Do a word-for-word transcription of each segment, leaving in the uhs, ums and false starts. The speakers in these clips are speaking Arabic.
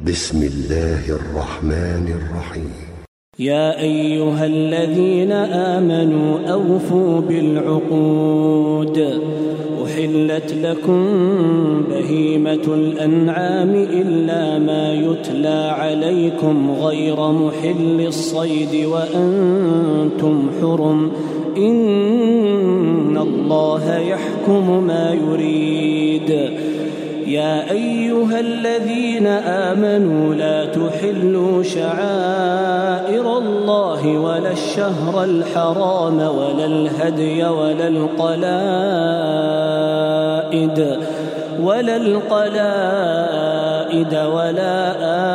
بسم الله الرحمن الرحيم. يا أيها الذين آمنوا أوفوا بالعقود. أحلت لكم بهيمة الأنعام إلا ما يتلى عليكم غير محل الصيد وأنتم حرم، إن الله يحكم ما يريد. يا أيها الذين آمنوا لا تحلوا شعائر الله ولا الشهر الحرام ولا الهدي ولا القلائد ولا القلائد ولا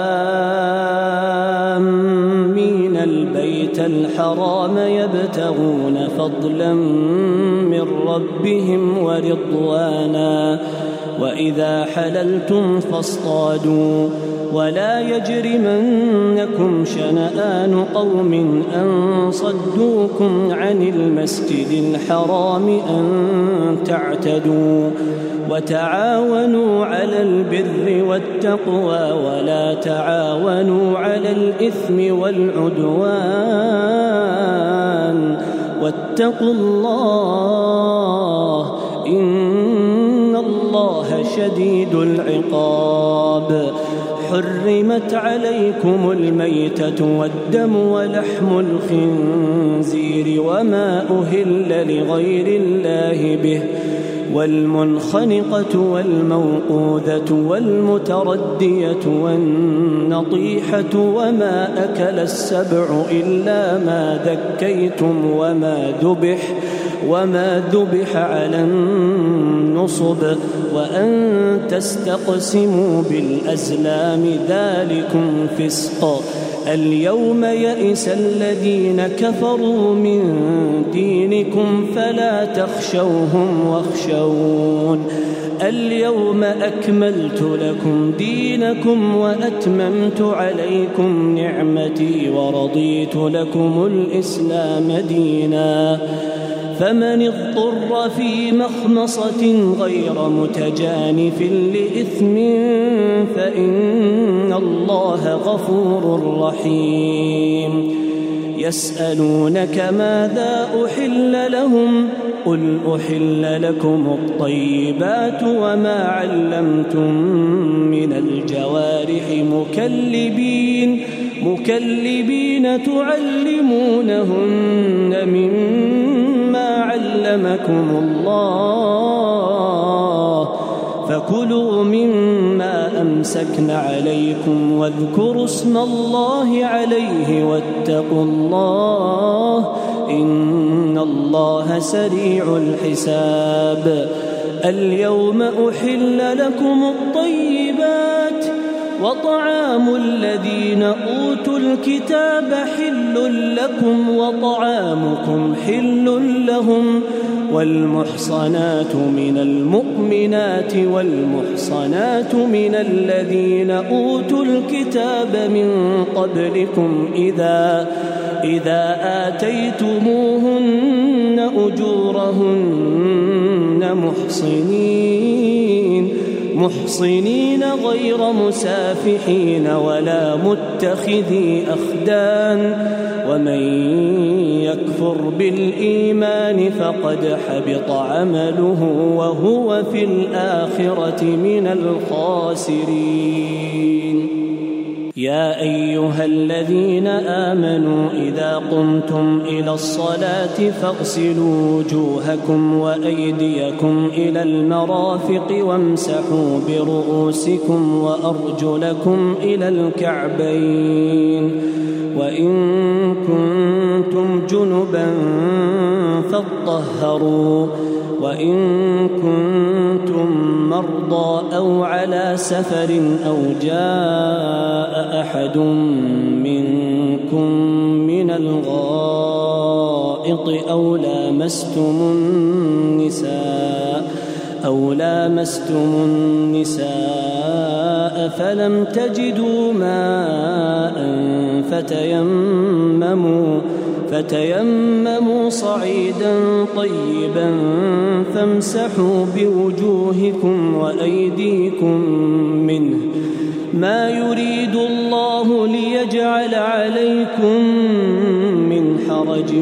آمين البيت الحرام يبتغون فضلا من ربهم ورضوانا، وإذا حللتم فاصطادوا ولا يجرمنكم شنآن قوم أن صدوكم عن المسجد الحرام أن تعتدوا، وتعاونوا على البر والتقوى ولا تعاونوا على الإثم والعدوان، واتقوا الله إن الله شديد العقاب. حرمت عليكم الميتة والدم ولحم الخنزير وما أهل لغير الله به، والمنخنقة والموقوذة والمتردية والنطيحة وما أكل السبع إلا ما ذكيتم وما ذبح وما ذبح على النصب، وأن تستقسموا بالأزلام ذلكم فسق. اليوم يئس الذين كفروا من دينكم فلا تخشوهم واخشون. اليوم أكملت لكم دينكم وأتممت عليكم نعمتي ورضيت لكم الإسلام دينا، فمن اضطر في مخمصة غير متجانف لإثم فإن الله غفور رحيم. يسألونك ماذا أحل لهم قل أحل لكم الطيبات وما علمتم من الجوارح مكلبين مكلبين تعلمونهن مما علمكم الله، فكلوا مما أمسكن عليكم واذكروا اسم الله عليه واتقوا الله إن الله سريع الحساب. اليوم أحل لكم الطيبات وطعام الذين أوتوا الكتاب حل لكم وطعامكم حل لهم، والمحصنات من المؤمنات والمحصنات من الذين أوتوا الكتاب من قبلكم إذا إذا آتيتموهن أجورهن محصنين محصنين غير مسافحين ولا متخذي أخدان، ومن يكفر بالإيمان فقد حبط عمله وهو في الآخرة من الخاسرين. يا أيها الذين آمنوا إذا قمتم إلى الصلاة فاغسلوا وجوهكم وأيديكم إلى المرافق وامسحوا برؤوسكم وأرجلكم إلى الكعبين، وإن كنتم جنبا فاطهروا، وإن كنتم مرضى أو على سفر أو جاء أحد منكم من الغائط أو لامستم النساء أو لامستم النساء فلم تجدوا ماء فتيمموا فتيمموا صعيدا طيبا فامسحوا بوجوهكم وأيديكم منه ما يريد الله ليجعل عليكم من حرج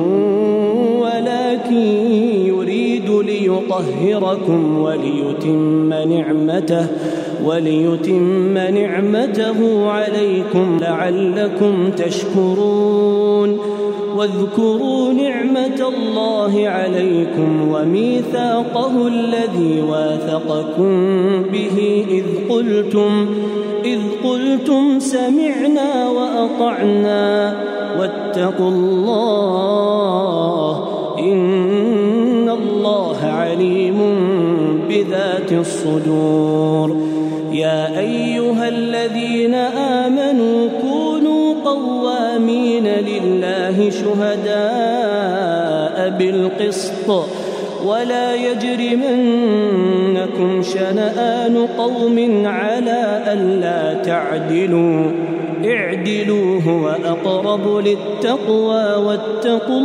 ولكن يريد ليطهركم وليتم نعمته وليتم نعمته عليكم لعلكم تشكرون واذكروا نعمة الله عليكم وميثاقه الذي واثقكم به إذ قلتم إذ قلتم سمعنا وأطعنا واتقوا الله إن الله عليم بذات الصدور. يا أيها الذين آمنوا كونوا قوامين لله شهداء بالقسط ولا يجرمنكم شنآن قوم على ألا تعدلوا اعدلوا هو أقرب للتقوى واتقوا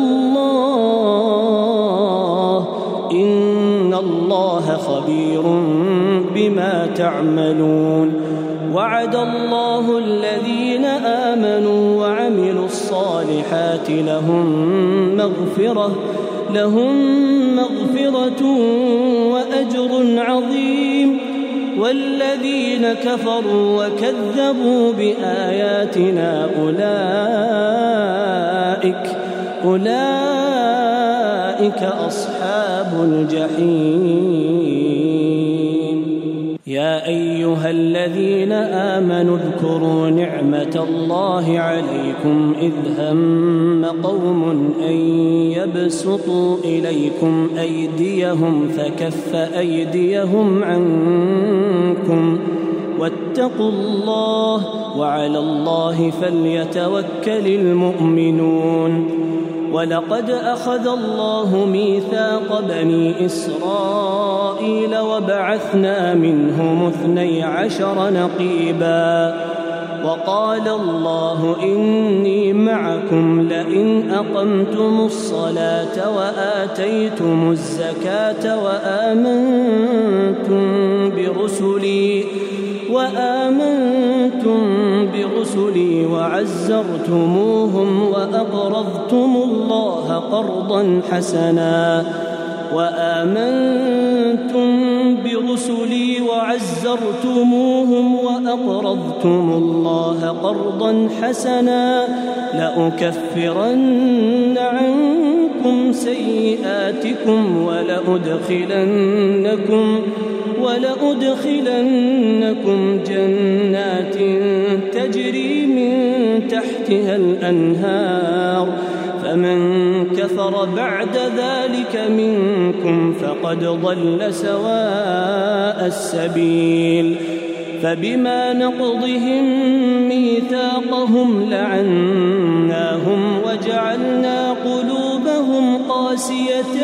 الله إن الله خبير بما تعملون. وعد الله الذين آمنوا وعملوا الصالحات لهم مغفرة لهم مغفرة وأجر عظيم والذين كفروا وكذبوا بآياتنا أولئك أولئك أصحاب الجحيم. يا أيها الذين آمنوا اذكروا نعمة الله عليكم إذ هم قوم أن يبسطوا إليكم أيديهم فكف أيديهم عنكم واتقوا الله وعلى الله فليتوكل المؤمنون. ولقد أخذ الله ميثاق بني إسرائيل وبعثنا منهم اثني عشر نقيبا وقال الله إني معكم لئن أقمتم الصلاة وآتيتم الزكاة وآمنتم برسلي وآمنتم برسلي وعزرتموهم وأقرضتم الله قرضا حسنا وآمنتم برسلي وعزرتموهم وأقرضتم الله قرضا حسنا لأكفرن عنكم سيئاتكم ولأدخلنكم ولأدخلنكم جنات تجري من تحتها الأنهار فمن كفر بعد ذلك منكم فقد ضل سواء السبيل. فبما نقضهم ميثاقهم لعناهم وجعلنا قلوبهم قاسية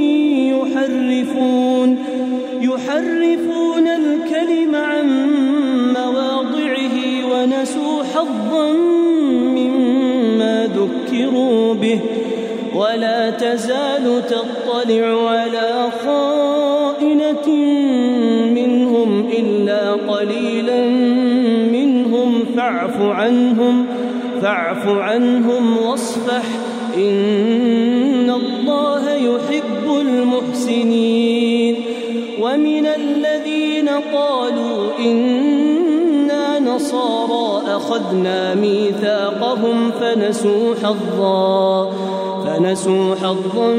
يحرفون يحرفون الكلم عن مواضعه ونسوا حظا مما ذكروا به ولا تزال تطلع على خائنة منهم إلا قليلا منهم فاعف عنهم فاعف عنهم واصفح إن الله يحب المحسنين. ومن الذين قالوا إنا نصارى أخذنا ميثاقهم فنسوا حظا فنسوا حظا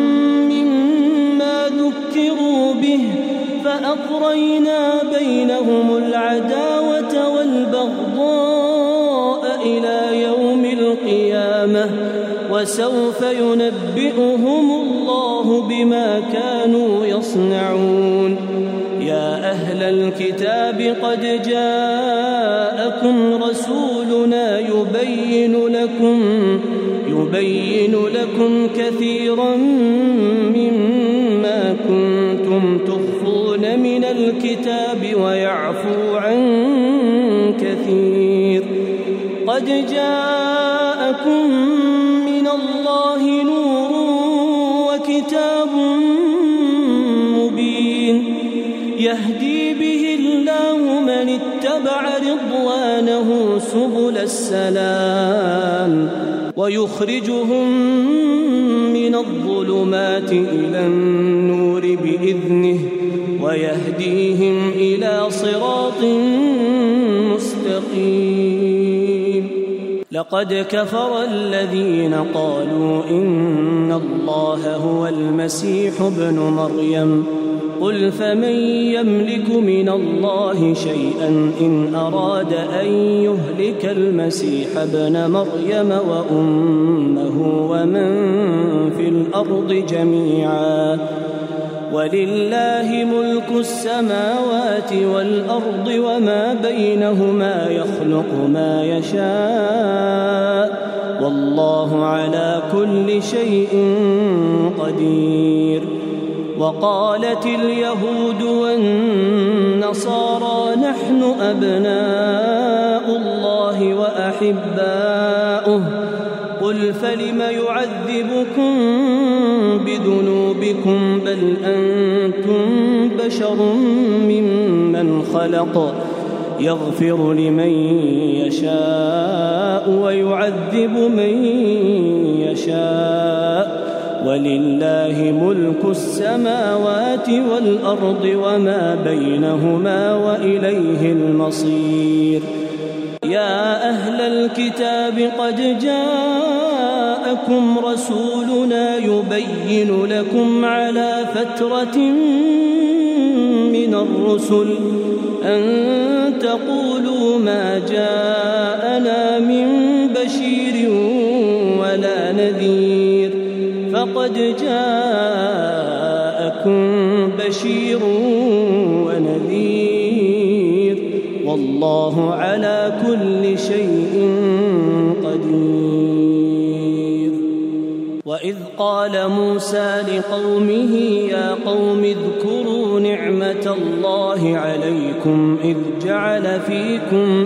مما ذكروا به فأغرينا بينهم العداوة والبغضاء إلى يوم القيامة وسوف ينبئهم الله بما كانوا يصنعون. يا أهل الكتاب قد جاءكم رسولنا يبين لكم يبين لكم كثيرا مما كنتم تخفون من الكتاب ويعفو عن كثير. قد جاءكم من الله نور وكتاب مبين يهدي به الله من اتبع رضوانه سبل السلام ويخرجهم من الظلمات إلى النور بإذنه ويهديهم إلى صراط مستقيم. لقد كفر الذين قالوا إن الله هو المسيح ابن مريم قل فمن يملك من الله شيئا إن أراد أن يهلك المسيح ابن مريم وأمه ومن في الأرض جميعا ولله ملك السماوات والأرض وما بينهما يخلق ما يشاء والله على كل شيء قدير. وقالت اليهود والنصارى نحن أبناء الله وأحباؤه قل فلم يعذبكم بذنوبكم بل أنتم بشر ممن خلق يغفر لمن يشاء ويعذب من يشاء ولله ملك السماوات والأرض وما بينهما وإليه المصير. يا أهل الكتاب قد جاءكم رسولنا يبين لكم على فترة من الرسل أن تقولوا ما جاءنا من بشير ولا نذير فقد جاءكم بشير ونذير والله على كل شيء قدير. وإذ قال موسى لقومه يا قوم اذكروا نعمة الله عليكم إذ جعل فيكم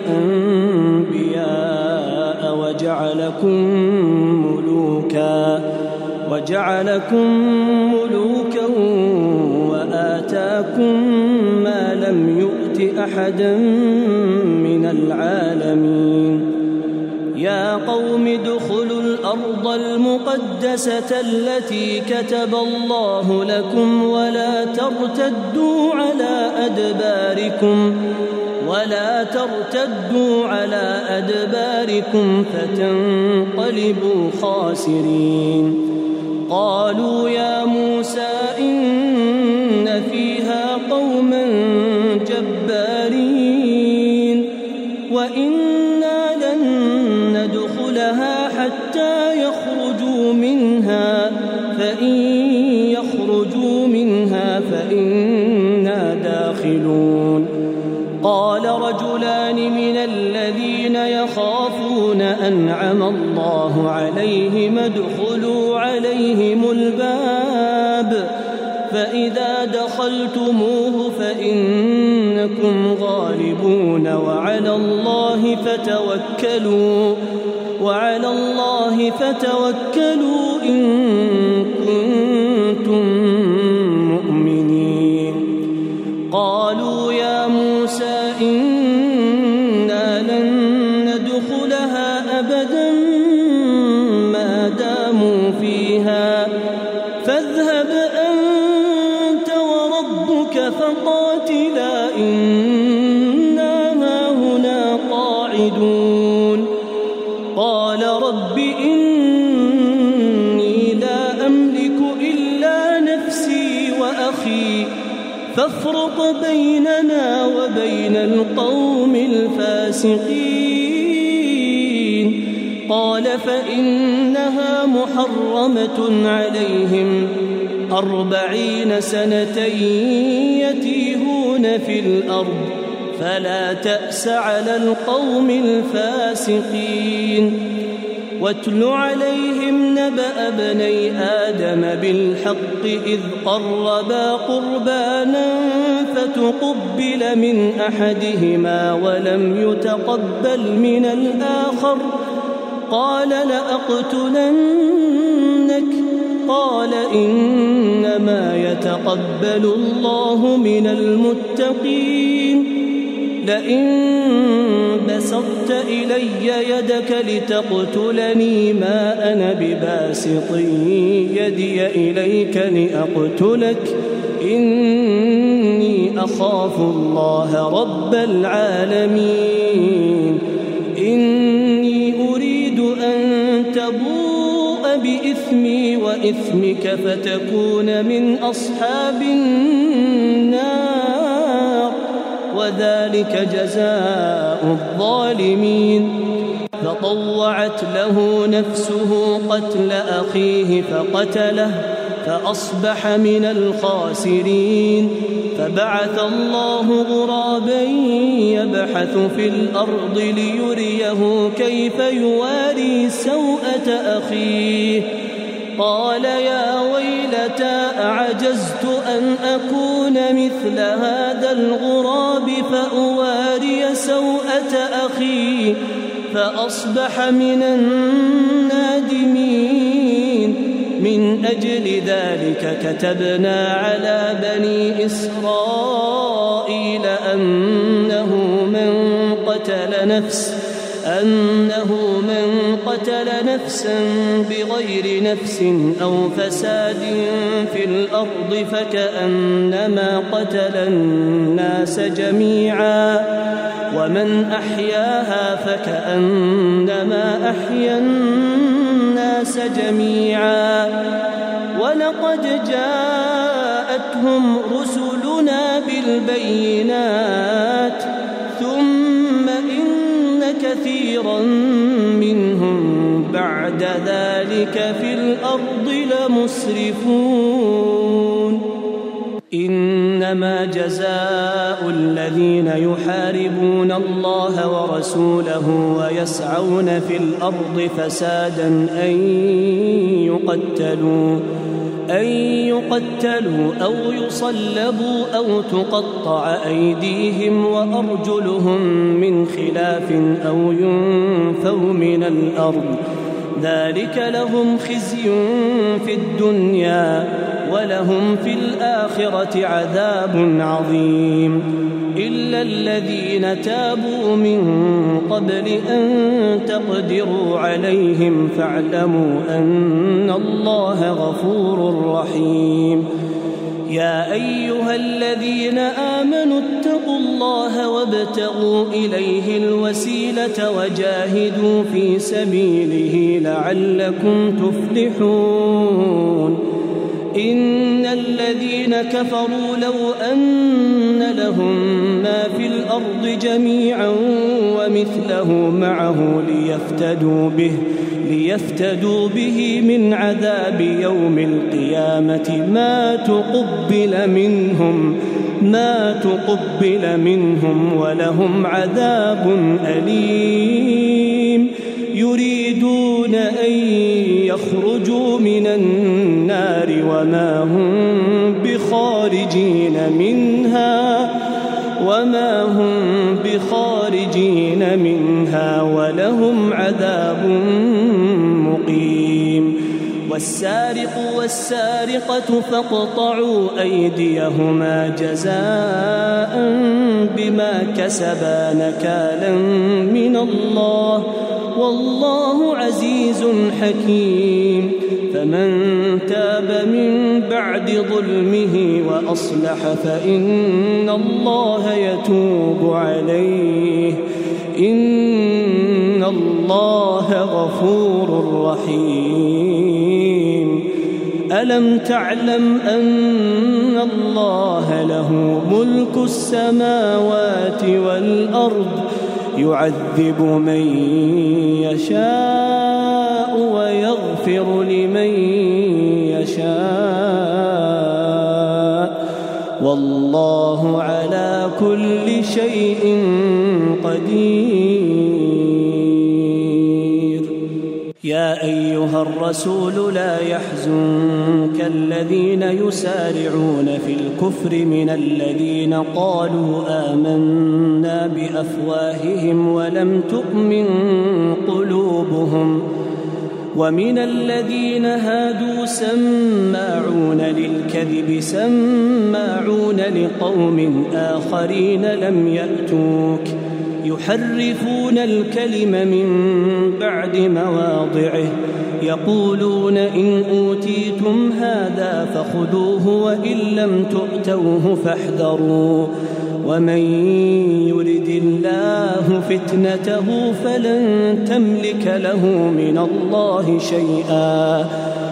أنبياء وجعلكم ملوكا وجعلكم ملوكا وآتاكم ما لم يؤت أحدا من العالمين. يا قوم ادخلوا الأرض المقدسة التي كتب الله لكم ولا ترتدوا على أدباركم ولا ترتدوا على أدباركم فتنقلبوا خاسرين. قالوا يا موسى إن فيها قوما جبارين وإنا لن ندخلها حتى يخرجوا منها فإن يخرجوا منها فإنا داخلون. قال رجلان من الذين يخافون أنعم الله عليهم ادخلوا عليهم الباب فإذا دخلتموه فإنكم غالبون وعلى الله فتوكلوا وعلى الله فتوكلوا إن كنتم مؤمنين. قالوا يا موسى إنا لن ندخلها أبدا ما داموا فيها فاذهب أنت وربك فقاتلا إنا هاهنا قاعدون. قال رب إني لا أملك إلا نفسي وأخي فافرق بيننا وبين القوم الفاسقين. قال فإنها محرمة عليهم أربعين سنة يتيهون في الأرض فلا تأس على القوم الفاسقين. واتل عليهم نبأ بني آدم بالحق إذ قربا قربانا فتقبل من أحدهما ولم يتقبل من الآخر قال لأقتلنك قال إنما يتقبل الله من المتقين. لئن بسطت إلي يدك لتقتلني ما أنا بباسط يدي إليك لأقتلك إني أخاف الله رب العالمين إني أريد أن تبوء بإثمي وإثمك فتكون من أصحاب النار وذلك جزاء الظالمين. فطوعت له نفسه قتل أخيه فقتله فأصبح من الخاسرين. فبعث الله غرابا يبحث في الأرض ليريه كيف يواري سوءة أخيه قال يا ويلتى أعجزت أن أكون مثل هذا الغراب فأواري سوءة أخي فأصبح من النادمين. من أجل ذلك كتبنا على بني إسرائيل أنه من قتل نفس أنه من قتل نفسا بغير نفس أو فساد في الأرض فكأنما قتل الناس جميعا ومن أحياها فكأنما أحيا الناس جميعا. ولقد جاءتهم رسلنا بالبينات ثم إن كثيرا منهم بعد ذلك في الأرض لمسرفون. إنما جزاء الذين يحاربون الله ورسوله ويسعون في الأرض فسادا أن يقتلوا أن يقتلوا أو يصلبوا أو تقطع أيديهم وأرجلهم من خلاف أو ينفوا من الأرض ذلك لهم خزي في الدنيا ولهم في الآخرة عذاب عظيم. إلا الذين تابوا من قبل أن تقدروا عليهم فاعلموا أن الله غفور رحيم. يا أيها الذين آمنوا اتقوا الله وابتغوا إليه الوسيلة وجاهدوا في سبيله لعلكم تفلحون. إن الذين كفروا لو أن لهم ما في الأرض جميعا ومثله معه ليفتدوا به ليفتدوا به من عذاب يوم القيامة ما تقبل منهم ما تقبل منهم ولهم عذاب أليم. يريدون أن يخرجوا من النار وما هم بخارجين منها وما هم بخارجين منها ولهم عذاب مقيم. والسارق والسارقة فاقطعوا أيديهما جزاء بما كسبا نكالا من الله والله عزيز حكيم. فمن تاب من بعد ظلمه وأصلح فإن الله يتوب عليه إن الله غفور رحيم. ألم تعلم أن الله له ملك السماوات والأرض يعذب من يشاء ويغفر لمن يشاء والله على كل شيء قدير. يا أيها الرسول لا يحزنك الذين يسارعون في الكفر من الذين قالوا آمنا بأفواههم ولم تؤمن قلوبهم ومن الذين هادوا سماعون للكذب سماعون لقوم آخرين لم يأتوك يحرفون الكلم من بعد مواضعه يقولون إن أوتيتم هذا فخذوه وإن لم تؤتوه فاحذروا ومن يرد الله فتنته فلن تملك له من الله شيئا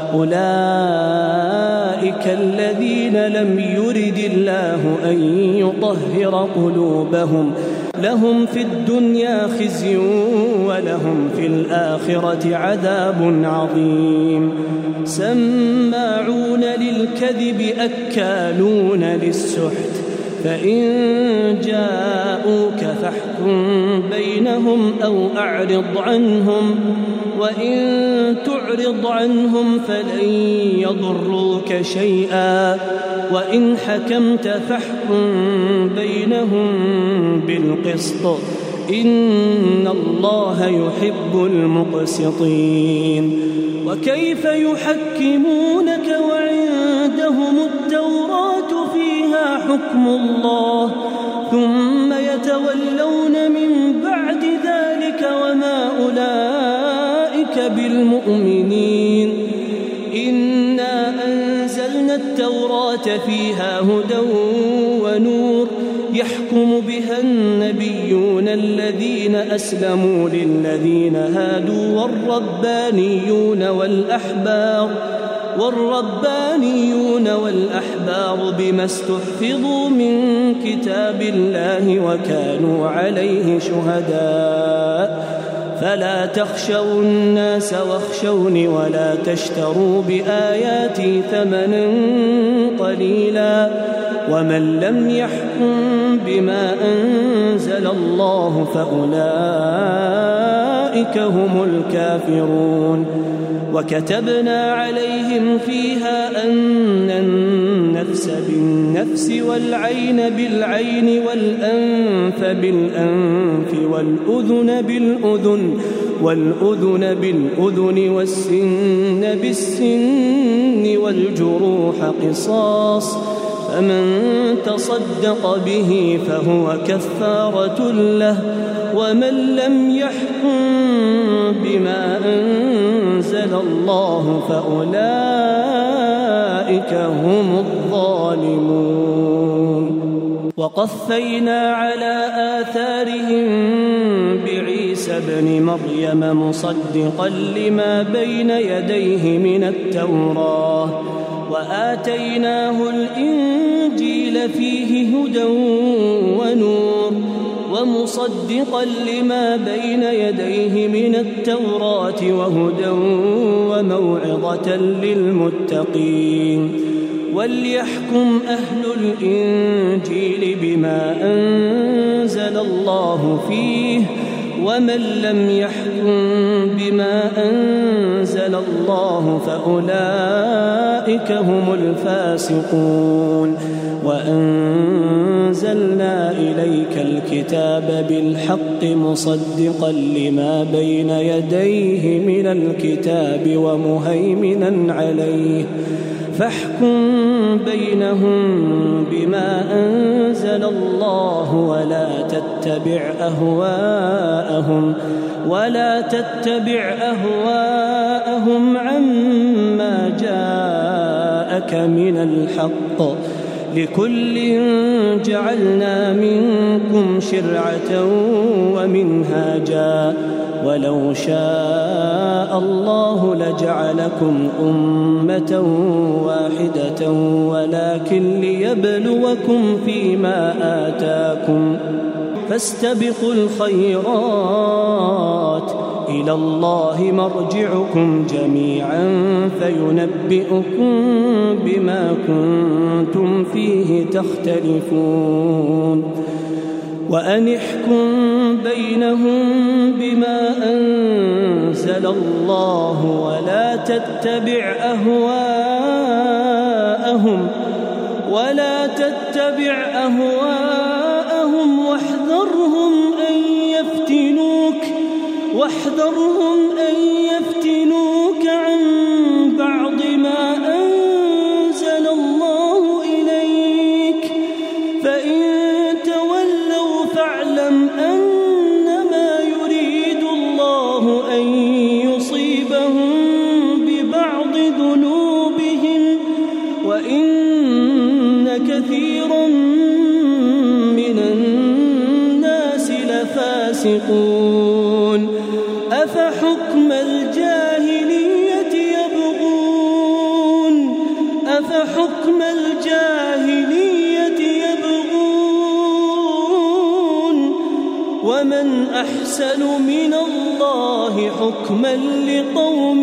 أولئك الذين لم يرد الله أن يطهر قلوبهم لهم في الدنيا خزي ولهم في الآخرة عذاب عظيم سماعون للكذب أكالون للسحت فإن جاءوك فاحكم بينهم أو أعرض عنهم وإن تعرض عنهم فلن يضروك شيئا وإن حكمت فاحكم بينهم بالقسط إن الله يحب المقسطين وكيف يحكمونك وعندهم التوراة فيها حكم الله ثم يتولون من بعد ذلك وما أولئك بالمؤمنين إنا أنزلنا التوراة فيها هدى ونور يحكم بها النبيون الذين أسلموا للذين هادوا والربانيون والأحبار والربانيون والأحبار بما استحفظوا من كتاب الله وكانوا عليه شهداء فلا تخشوا الناس واخشوني ولا تشتروا بآياتي ثمنا قليلا ومن لم يحكم بما أنزل الله فأولئك هم الكافرون وكتبنا عليهم فيها أن النفس بالنفس والعين بالعين والأنف بالأنف والأذن بالأذن والأذن بالأذن والسن بالسن والجروح قصاص فمن تصدق به فهو كفارة له ومن لم يحكم بما أنزل الله فأولئك هم الظالمون وقفينا على آثارهم بعيسى ابن مريم مصدقا لما بين يديه من التوراة وآتيناه الإنجيل فيه هدى ونور ومصدقا لما بين يديه من التوراة وهدى وموعظة للمتقين وليحكم أهل الإنجيل بما أنزل الله فيه ومن لم يحكم بما أنزل الله فأولئك هم الفاسقون وأنزلنا إليك الكتاب بالحق مصدقا لما بين يديه من الكتاب ومهيمنا عليه فاحكم بينهم بما أنزل الله ولا تتبع أهواءهم ولا تتبع أهواءهم عما جاءك من الحق لكل جعلنا منكم شرعة ومنهاجا ولو شاء الله لجعلكم أمة واحدة ولكن ليبلوكم فيما آتاكم فاستبقوا الخيرات إلى الله مرجعكم جميعا فينبئكم بما كنتم فيه تختلفون وأن احكم بينهم بما أنزل الله ولا تتبع أهواءهم ولا تتبع أهواءهم واحذرهم أن يفتنوك واحذرهم أن يفتنوك فاسقون أفحكم الجاهلية يبغون أفحكم الجاهلية يبغون ومن أحسن من الله حكما لقوم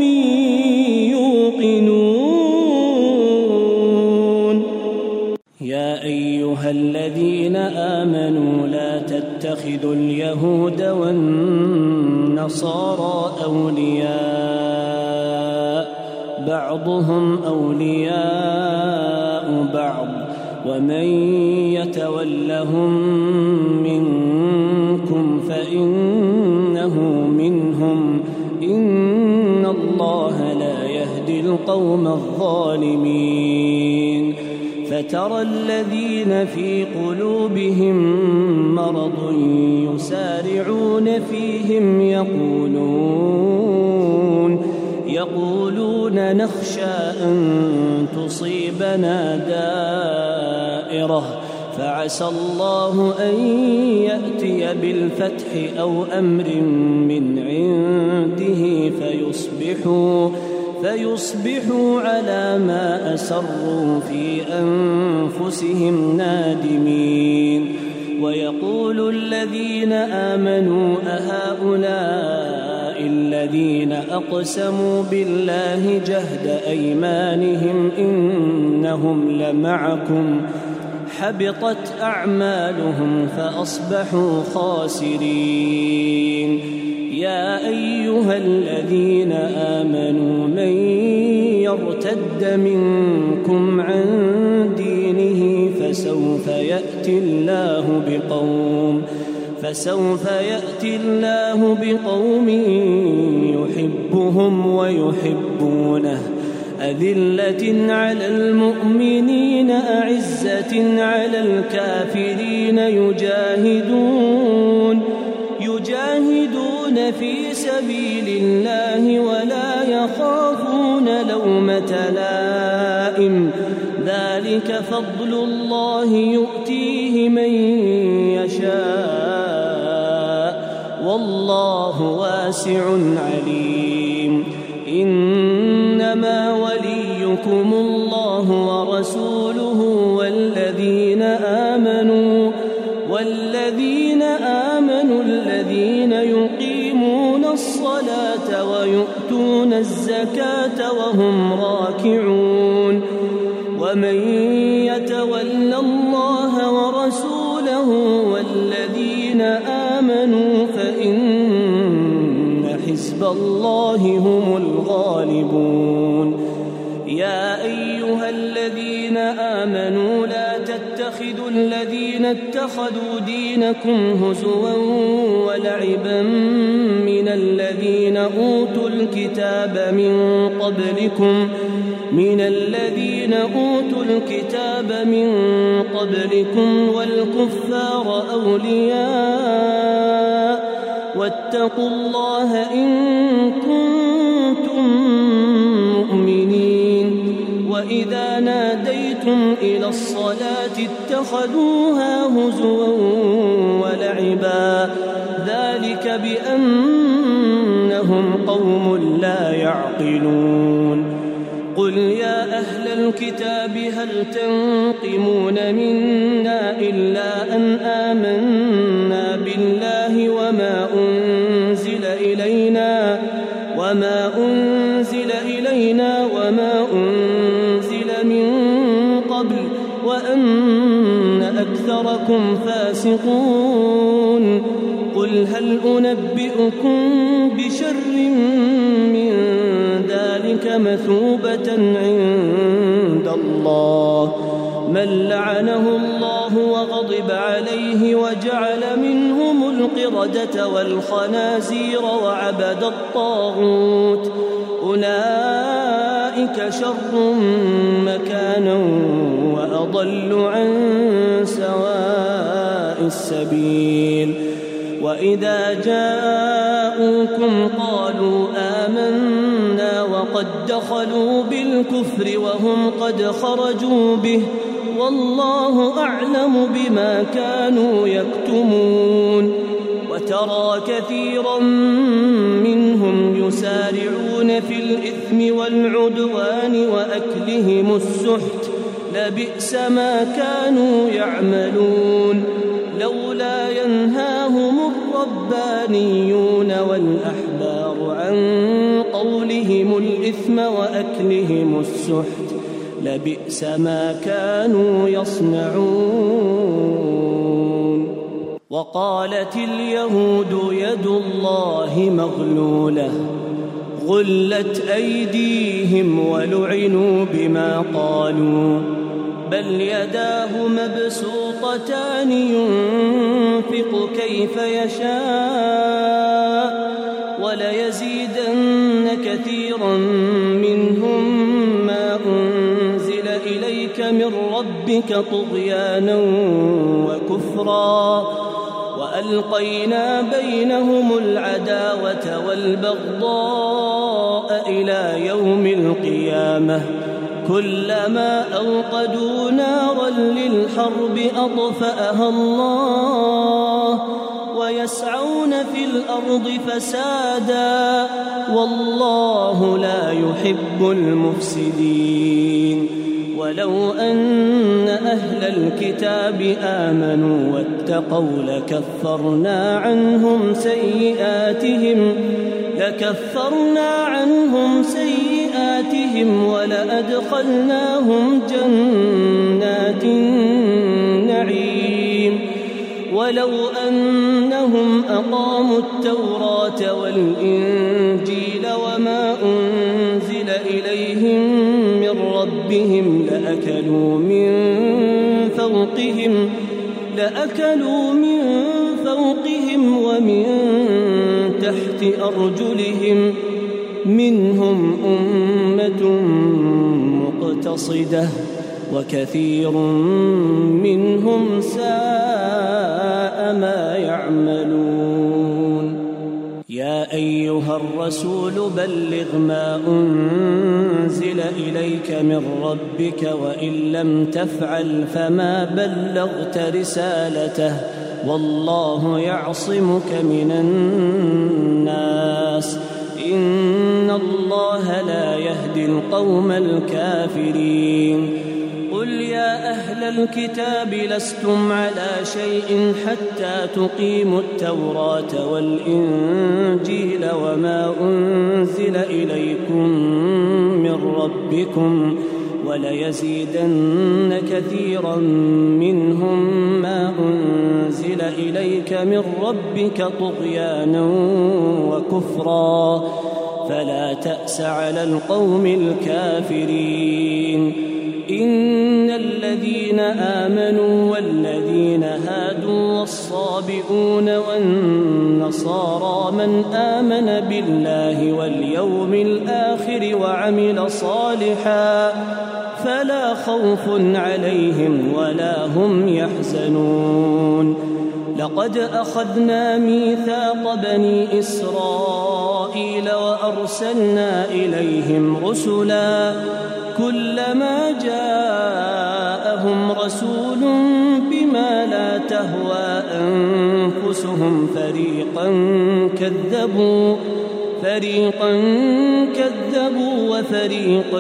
يوقنون. يا أيها الذين آمنوا لا تتخذوا اليهود والنصارى أولياء بعضهم أولياء بعض ومن يتولهم منكم فإنه منهم إن الله لا يهدي القوم الظالمين. فترى الذين في قلوبهم مرض يسارعون فيهم يقولون يقولون نخشى أن تصيبنا دائرة فعسى الله أن يأتي بالفتح أو أمر من عنده فيصبحوا فيصبحوا على ما أسروا في أنفسهم نادمين. ويقول الذين آمنوا أهؤلاء الذين أقسموا بالله جهد أيمانهم إنهم لمعكم حبطت أعمالهم فأصبحوا خاسرين. يا أيها الذين آمنوا من يرتد منكم عن دينه فسوف يأتي الله بقوم فسوف يأتي الله بقوم يحبهم ويحبونه أذلة على المؤمنين أعزة على الكافرين يجاهدون يجاهدون في سبيل الله ولا يخافون لومة لائم ذلك فضل الله يؤتيه من يشاء والله واسع عليم. إنما وليكم الله ورسوله والذين آمنوا والذين آمنوا الذين يقيمون الصلاة ويؤتون الزكاة وهم راكعون. ومن يتول الله ورسوله والذين آمنوا فإن حزب الله هم الغالبون. يا أيها الذين آمنوا لا تتخذوا الذين اتخذوا دينكم هزوا ولعبا من الذين أوتوا الكتاب من قبلكم من الذين أوتوا الكتاب من قبلكم والكفار أولياء واتقوا الله إن كنتم مؤمنين. وإذا ناديتم إلى الصلاة اتخذوها هزوا ولعبا ذلك بأنهم قوم لا يعقلون. قل يا أهل الكتاب هل تنقمون منا إلا أن آمنا بالله وما أنزل إلينا وما أنزل إلينا وما أنزل من قبل وأن أكثركم فاسقون. قل هل أنبئكم بشر من ذلك مثوبة عند الله من لعنه الله وغضب عليه وجعل منهم القردة والخنازير وعبد الطاغوت أولئك شر مكانا وأضل عن سواء السبيل. وإذا جاءوكم قالوا آمنا وقد دخلوا بالكفر وهم قد خرجوا به والله أعلم بما كانوا يكتمون. وترى كثيرا منهم يسارعون في الإثم والعدوان وأكلهم السحت لبئس ما كانوا يعملون لولا ينهاهم الربانيون والأحبار عن قولهم الإثم وأكلهم السحت لبئس ما كانوا يصنعون. وقالت اليهود يد الله مغلولة غلت أيديهم ولعنوا بما قالوا بل يداه مبسوطتان ينفق كيف يشاء وليزيدن كثيرا منهم ما أنزل إليك من ربك طغيانا وكفرا وألقينا بينهم العداوة والبغضاء إلى يوم القيامة كلما أوقدوا نارا للحرب أطفأها الله ويسعون في الأرض فسادا والله لا يحب المفسدين. ولو أن أهل الكتاب آمنوا واتقوا لكفرنا عنهم سيئاتهم لكفرنا عنهم سيئاتهم ولأدخلناهم جنات النعيم ولو أنهم أقاموا التوراة والإنجيل وما أنزل إليهم من ربهم لأكلوا من فوقهم لأكلوا من فوقهم ومن تحت أرجلهم منهم أمة مقتصدة وكثير منهم ساء ما يعملون. يا أيها الرسول بلغ ما أنزل إليك من ربك وإن لم تفعل فما بلغت رسالته والله يعصمك من الناس إن الله لا يهدي القوم الكافرين. قل يا أهل الكتاب لستم على شيء حتى تقيموا التوراة والإنجيل وما أنزل إليكم من ربكم وليزيدن كثيرا منهم ما أنزل إليك من ربك طغيانا وكفرا فلا تأس على القوم الكافرين. إن الذين آمنوا والذين هادوا والصابئون والنصارى من آمن بالله واليوم الآخر وعمل صالحا فلا خوف عليهم ولا هم يحزنون. لقد أخذنا ميثاق بني إسرائيل وأرسلنا إليهم رسلا كلما جاءهم رسول بما لا تهوى أنفسهم فريقا كذبوا فريقا كذبوا وفريقا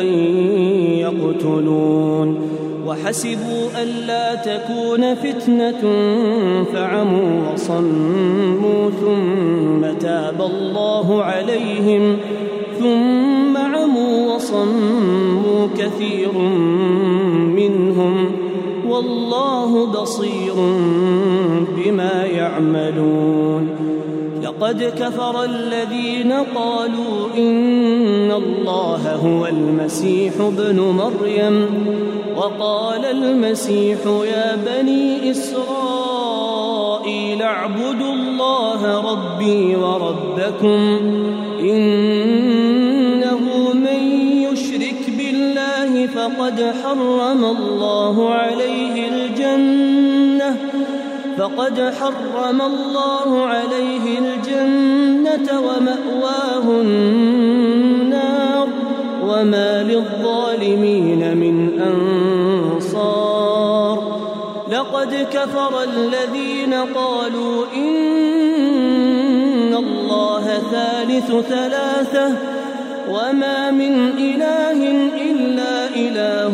يقتلون وحسبوا ألا تكون فتنة فعموا وصموا ثم تاب الله عليهم ثم عموا وصموا كثير منهم والله بصير بما يعملون. لقد كفر الذين قالوا إن الله هو المسيح ابن مريم وقال المسيح يا بني إسرائيل اعبدوا الله ربي وربكم إنه من يشرك بالله فقد حرم الله عليه الجنة فقد حرم الله عليه الجنة ومأواه النار وما للظالمين من أنصار. لقد كفر الذين قالوا إن ثالث ثلاثة وما من إله إلا إله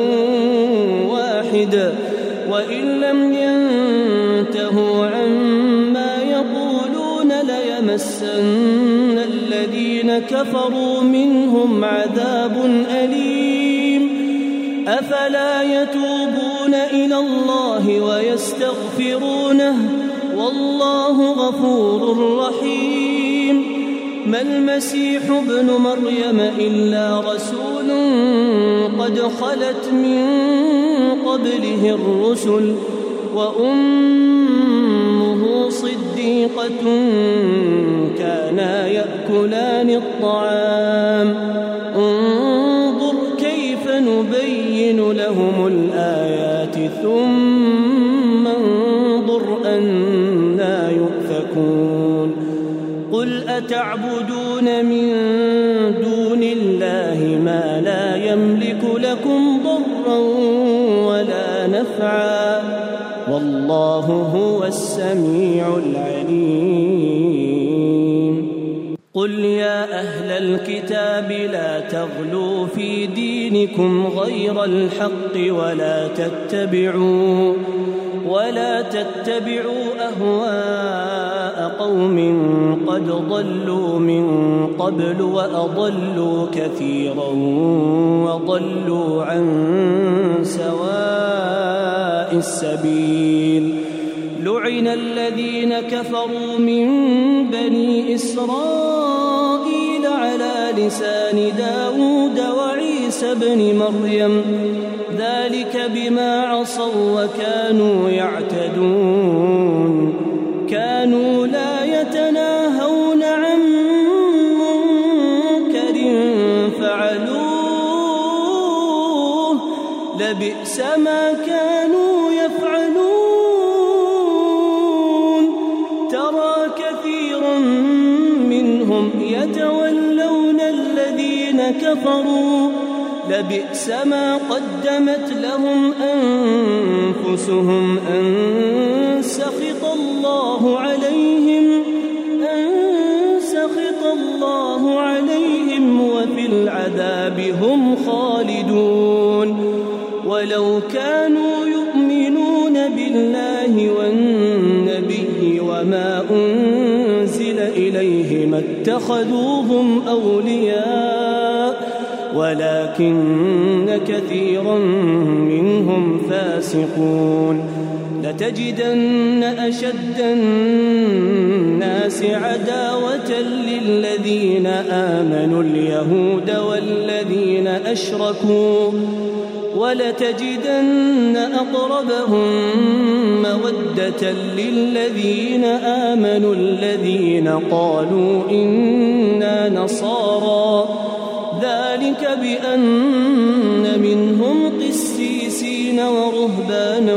واحد وإن لم ينتهوا عما يقولون ليمسن الذين كفروا منهم عذاب أليم أفلا يتوبون إلى الله ويستغفرونه والله غفور رحيم ما المسيح ابن مريم إلا رسول قد خلت من قبله الرسل وأمه صديقة كانا يأكلان الطعام انظر كيف نبين لهم الآيات ثم انظر أنى يؤفكون قل أتعبدون من دون الله ما لا يملك لكم ضرا ولا نفعا والله هو السميع العليم قل يا أهل الكتاب لا تغلوا في دينكم غير الحق ولا تتبعوا ولا تتبعوا أهواء قوم قد ضلوا من قبل وأضلوا كثيرا وضلوا عن سواء السبيل لعن الذين كفروا من بني إسرائيل على لسان داود وعيسى بن مريم ذلك بما عصوا وكانوا يعتدون كانوا لا يتناهون عن منكر فعلوه لبئس ما كانوا يفعلون ترى كثيرا منهم يتولون الذين كفروا لبئس ما قدمت لهم أنفسهم أن سخط الله عليهم أن سخط الله عليهم وفي العذاب هم خالدون ولو كانوا يؤمنون بالله والنبي وما أنزل إليه ما اتخذوهم أولياء ولكن كثيرا منهم فاسقون لتجدن أشد الناس عداوة للذين آمنوا اليهود والذين أشركوا ولتجدن أقربهم مودة للذين آمنوا الذين قالوا إنا نصارى ذلك بأن منهم قسيسين ورهبانا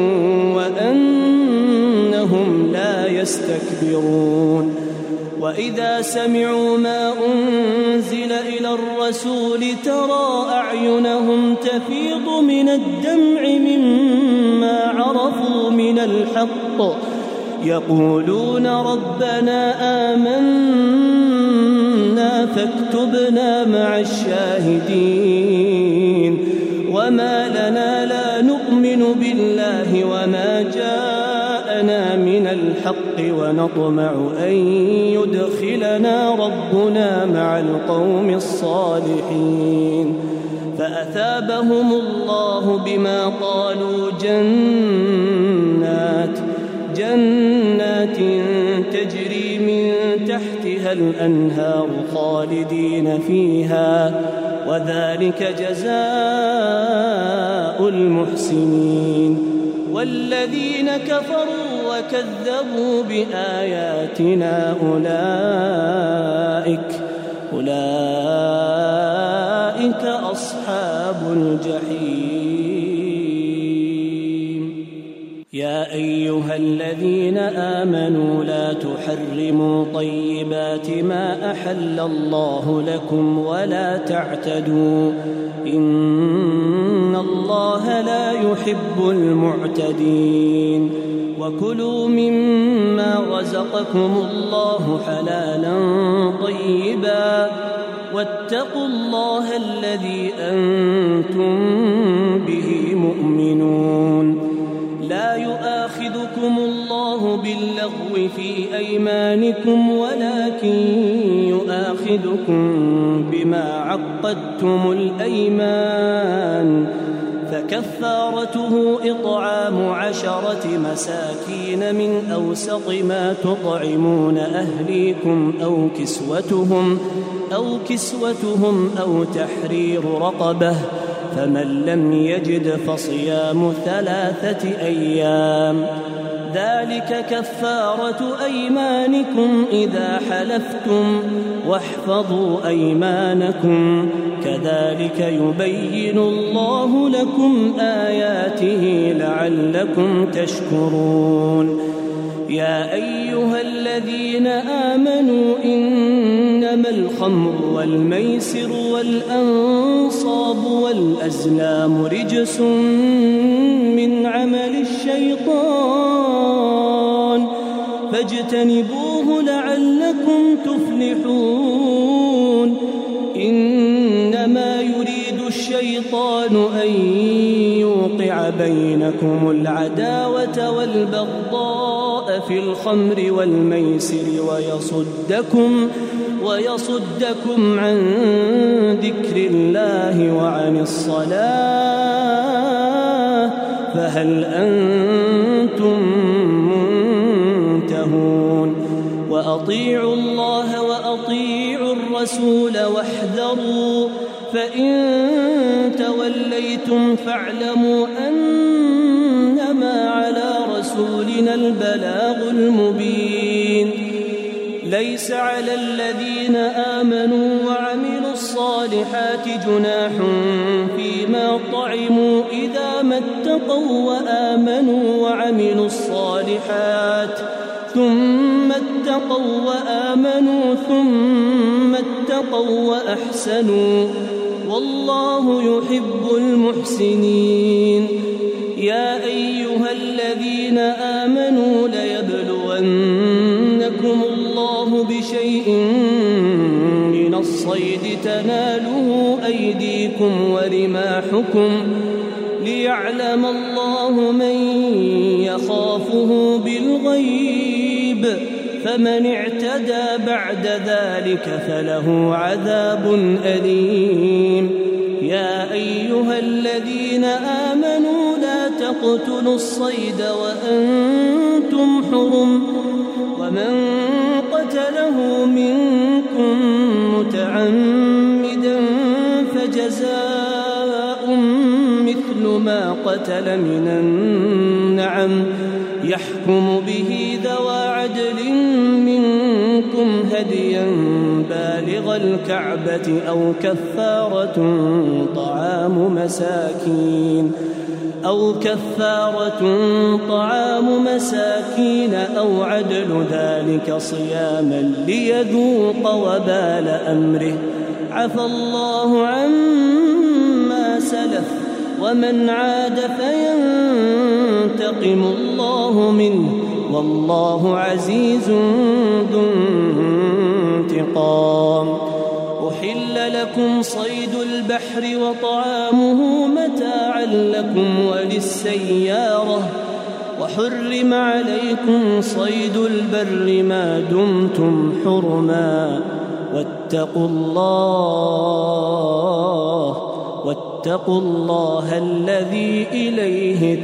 وأنهم لا يستكبرون وإذا سمعوا ما أنزل إلى الرسول ترى أعينهم تفيض من الدمع مما عرفوا من الحق يقولون ربنا آمنا فاكتبنا مع الشاهدين وما لنا لا نؤمن بالله وما جاءنا من الحق ونطمع أن يدخلنا ربنا مع القوم الصالحين فأثابهم الله بما قالوا جنات جنات تجري من تحتها الأنهار خالدين فيها وذلك جزاء المحسنين والذين كفروا وكذبوا بآياتنا أولئك أولئك أصحاب الجحيم يا أيها الذين آمنوا لا تحرموا طيبات ما أحل الله لكم ولا تعتدوا إن الله لا يحب المعتدين وكلوا مما رزقكم الله حلالا طيبا واتقوا الله الذي أنتم به مؤمنون. لا يؤاخذكم الله باللغو في أيمانكم ولكن يؤاخذكم بما عقدتم الأيمان، فكفارته إطعام عشرة مساكين من أوسط ما تطعمون أهليكم أو كسوتهم أو كسوتهم أو تحرير رقبة، فمن لم يجد فصيام ثلاثة أيام، ذلك كفارة أيمانكم إذا حلفتم، واحفظوا أيمانكم، كذلك يبين الله لكم آياته لعلكم تشكرون. يا أيها الذين آمنوا إنما الخمر والميسر والأنصاب والأزلام رجس من عمل الشيطان فاجتنبوه لعلكم تفلحون. إنما يريد الشيطان أن يوقع بينكم العداوة والبغضاء في الخمر والميسر ويصدكم ويصدكم عن ذكر الله وعن الصلاة، فهل أنتم منتهون؟ وأطيعوا الله وأطيعوا الرسول واحذروا، فإن توليتم فاعلموا أنما على رسولنا البلاغ المبين. ليس على الذين آمنوا وعملوا الصالحات جناح فيما طعموا إذا ما اتقوا وآمنوا وعملوا الصالحات ثم اتقوا وآمنوا ثم اتقوا وأحسنوا، والله يحب المحسنين. يا أيها الذين آمنوا ليبلونكم الله بشيء من الصيد تناله أيديكم ورماحكم ليعلم الله من يخافه بالغيب، فمن اعتدى بعد ذلك فله عذاب أليم. يا أيها الذين آمنوا لا تقتلوا الصيد وأنتم حرم، ومن قتله منكم متعمدا فجزاء مثل ما قتل من النعم يحكم به ذوى عدل منكم هديا بالغ الكعبة أو كفارة طعام مساكين أو كفارة طعام مساكين أو عدل ذلك صياما ليذوق وبال أمره. عفى الله عما سلف ومن عاد فينتقم الله منه والله عزيز ذو انتقام. أحل لكم صيد البحر وطعامه متاعا لكم وللسيارة، وحرم عليكم صيد البر ما دمتم حرما، واتقوا الله واتقوا الله الذي إليه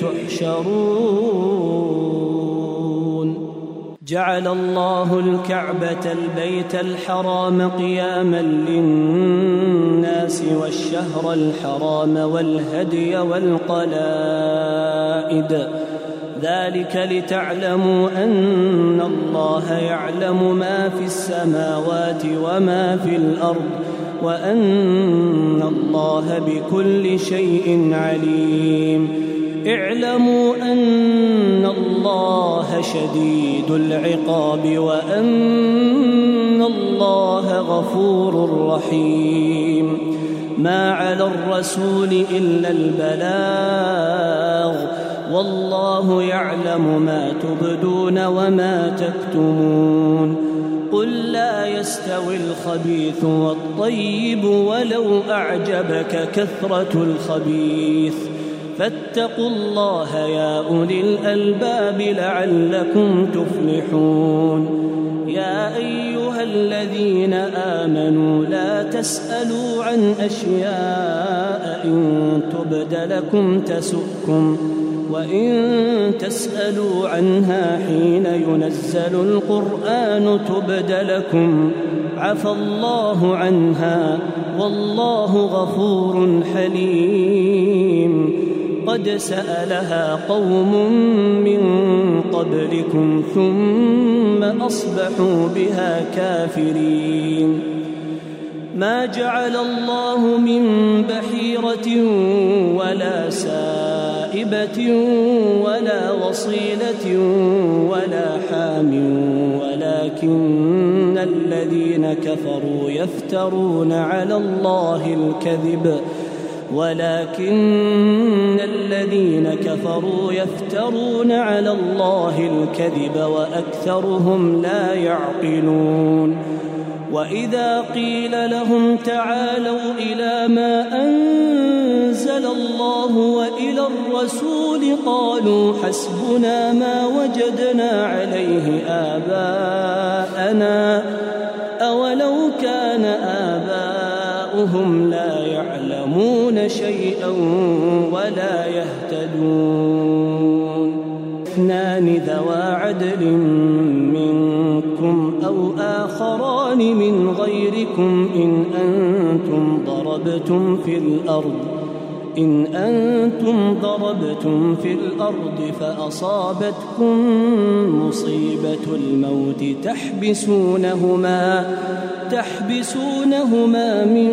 تحشرون. جعل الله الكعبة البيت الحرام قياما للناس والشهر الحرام والهدي والقلائد، ذلك لتعلموا أن الله يعلم ما في السماوات وما في الأرض وأن الله بكل شيء عليم. اعلموا أن الله شديد العقاب وأن الله غفور رحيم. ما على الرسول إلا البلاغ، والله يعلم ما تبدون وما تكتمون. قل لا يستوي الخبيث والطيب ولو أعجبك كثرة الخبيث فاتقوا الله يا أولي الألباب لعلكم تفلحون يا أيها الذين آمنوا لا تسألوا عن أشياء إن تبد لكم تسؤكم وإن تسألوا عنها حين ينزل القرآن تبد لكم عفى الله عنها والله غفور حليم قد سألها قوم من قبلكم ثم أصبحوا بها كافرين ما جعل الله من بحيرة ولا سائبة ولا وصيلة ولا حام ولكن الذين كفروا يفترون على الله الكذب ولكن الذين كفروا يفترون على الله الكذب وأكثرهم لا يعقلون وإذا قيل لهم تعالوا إلى ما أنزل الله وإلى الرسول قالوا حسبنا ما وجدنا عليه آباءنا أولو كان آباؤهم لا يعلمون شيئا ولا يهتدون اثنان ذوا عدل منكم أو آخران من غيركم إن أنتم ضربتم في الأرض إن أنتم ضربتم في الأرض فأصابتكم مصيبة الموت تحبسونهما تحبسونهما من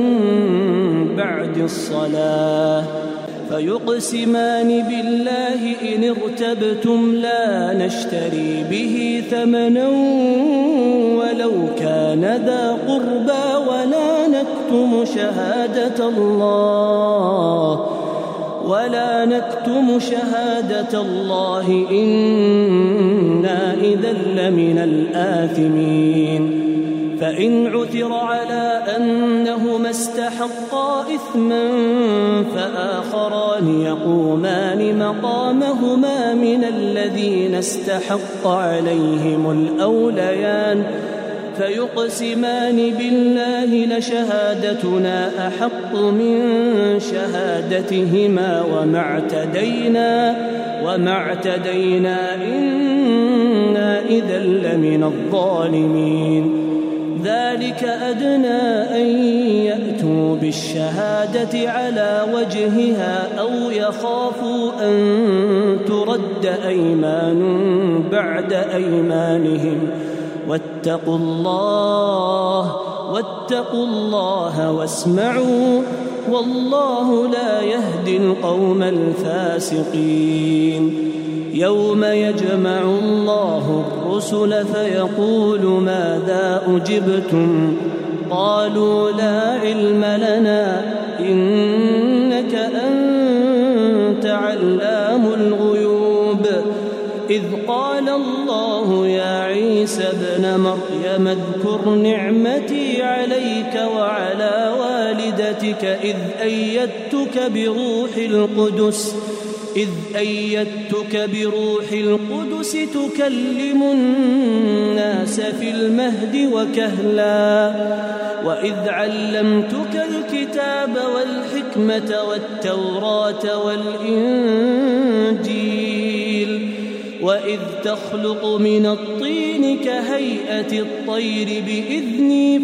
بعد الصلاة فيقسمان بالله إن ارتبتم لا نشتري به ثمنا ولو كان ذا قربى ولا نكتم شهادة الله ولا نكتم شهادة الله إنا إذا لمن الآثمين فإن عثر على أنهما استحقا إثما فآخران يقومان مقامهما من الذين استحق عليهم الأوليان فيقسمان بالله لشهادتنا أحق من شهادتهما وما اعتدينا وما اعتدينا إنا إذا لمن الظالمين ذلك أدنى أن يأتوا بالشهادة على وجهها أو يخافوا أن ترد أيمان بعد أيمانهم واتقوا الله واتقوا الله واسمعوا والله لا يهدي القوم الفاسقين يوم يجمع الله الرسل فيقول ماذا أجبتم قالوا لا علم لنا إنك أنت علام الغيوب إذ قال الله يا عيسى ابن مريم اذكر نعمتي عليك وعلى والدتك إذ أيدتك بروح القدس إذ أيدتك بروح القدس تكلم الناس في المهد وكهلا وإذ علمتك الكتاب والحكمة والتوراة والإنجيل وإذ تخلق من الطين كهيئة الطير بإذني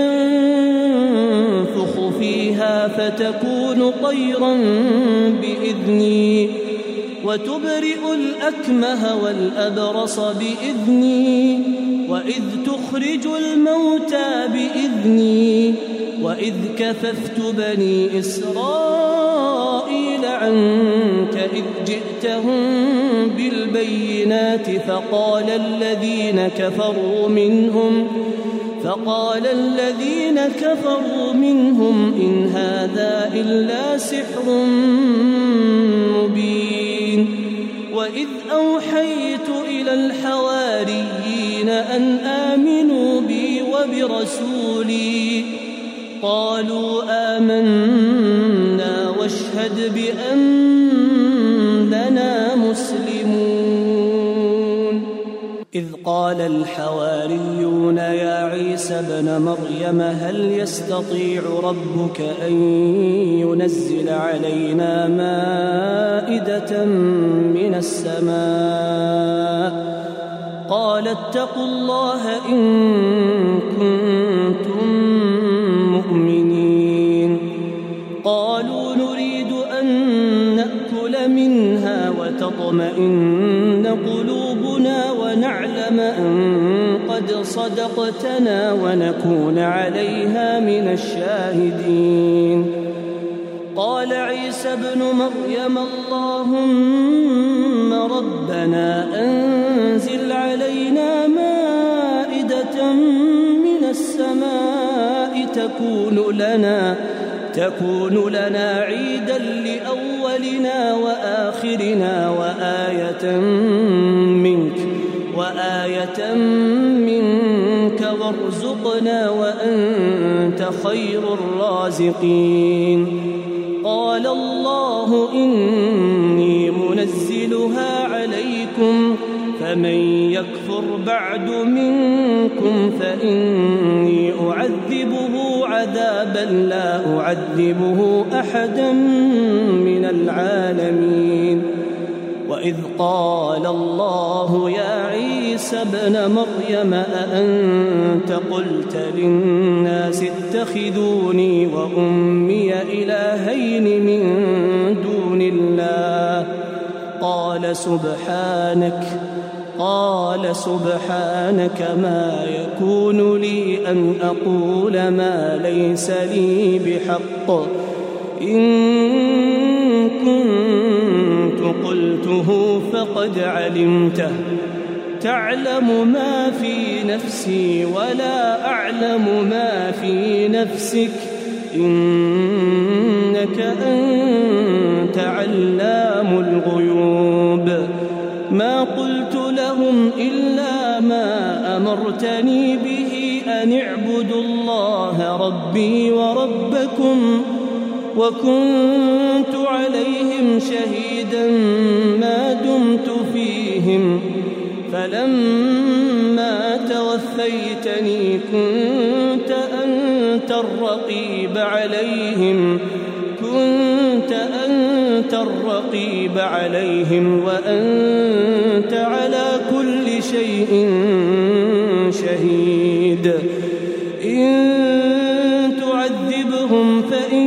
فتنفخ فيها فتكون طيرا بإذني وتبرئ الأكمه والأبرص بإذني وإذ تخرج الموتى بإذني وإذ كففت بني إسرائيل عنك إذ جئتهم بالبينات فقال الذين كفروا منهم فقال الذين كفروا منهم إن هذا إلا سحر مبين وإذ أوحيت إلى الحواريين أن آمنوا بي وبرسولي قالوا آمنا واشهد بأننا مسلمون إذ قال الحواريون يا عيسى ابن مريم هل يستطيع ربك أن ينزل علينا مائدة من السماء قال اتقوا الله إن كنتم مؤمنين قالوا نريد أن نأكل منها وتطمئن قلوبنا ونعلم أن قد صدقتنا ونكون عليها من الشاهدين قال عيسى ابن مريم اللهم ربنا أنزل علينا مائدة من السماء تكون لنا تكون لنا عيدا لأولنا وآخرنا وآية منك وآية منك وارزقنا وأنت خير الرازقين قال الله إني منزلها عليكم فمن يكفر بعد منكم فإني أعذبه عذابا لا أعذبه أحدا من العالمين وإذ قال الله يا عيسى ابن مريم أأنت قلت للناس اتخذوني وأمي إلهين من دون الله قال سبحانك قال سبحانك ما يكون لي أن أقول ما ليس لي بحق إن كنت قلته فقد علمته تعلم ما في نفسي ولا أعلم ما في نفسك إنك أنت علام الغيوب ما قلت لهم إلا ما أمرتني به أن اعبدوا الله ربي وربكم وكنت عليهم شهيدا ما دمت فيهم فلما توفيتني كنت أنت الرقيب عليهم كنت أنت الرقيب عليهم وأنت على كل شيء شهيد إن تعذبهم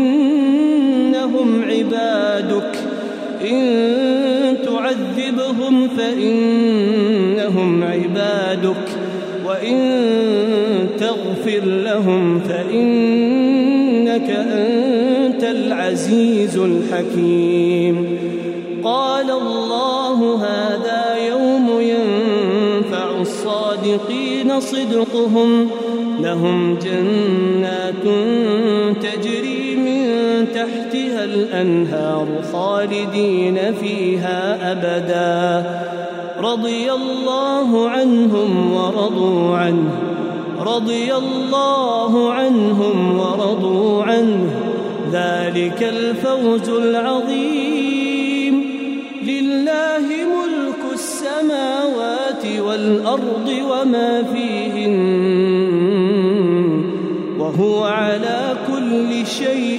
فإنهم عبادك إن تعذبهم فإنهم عبادك وإن تغفر لهم فإنك أنت العزيز الحكيم قال الله هذا يوم ينفع الصادقين صدقهم لهم جنات تجري من تحتها الأنهار خالدين فيها أبدا رضي الله عنهم ورضوا عنه رضي الله عنهم ورضوا عنه ذلك الفوز العظيم لله ملك السماوات والأرض وما فيهن وهو على كل شيء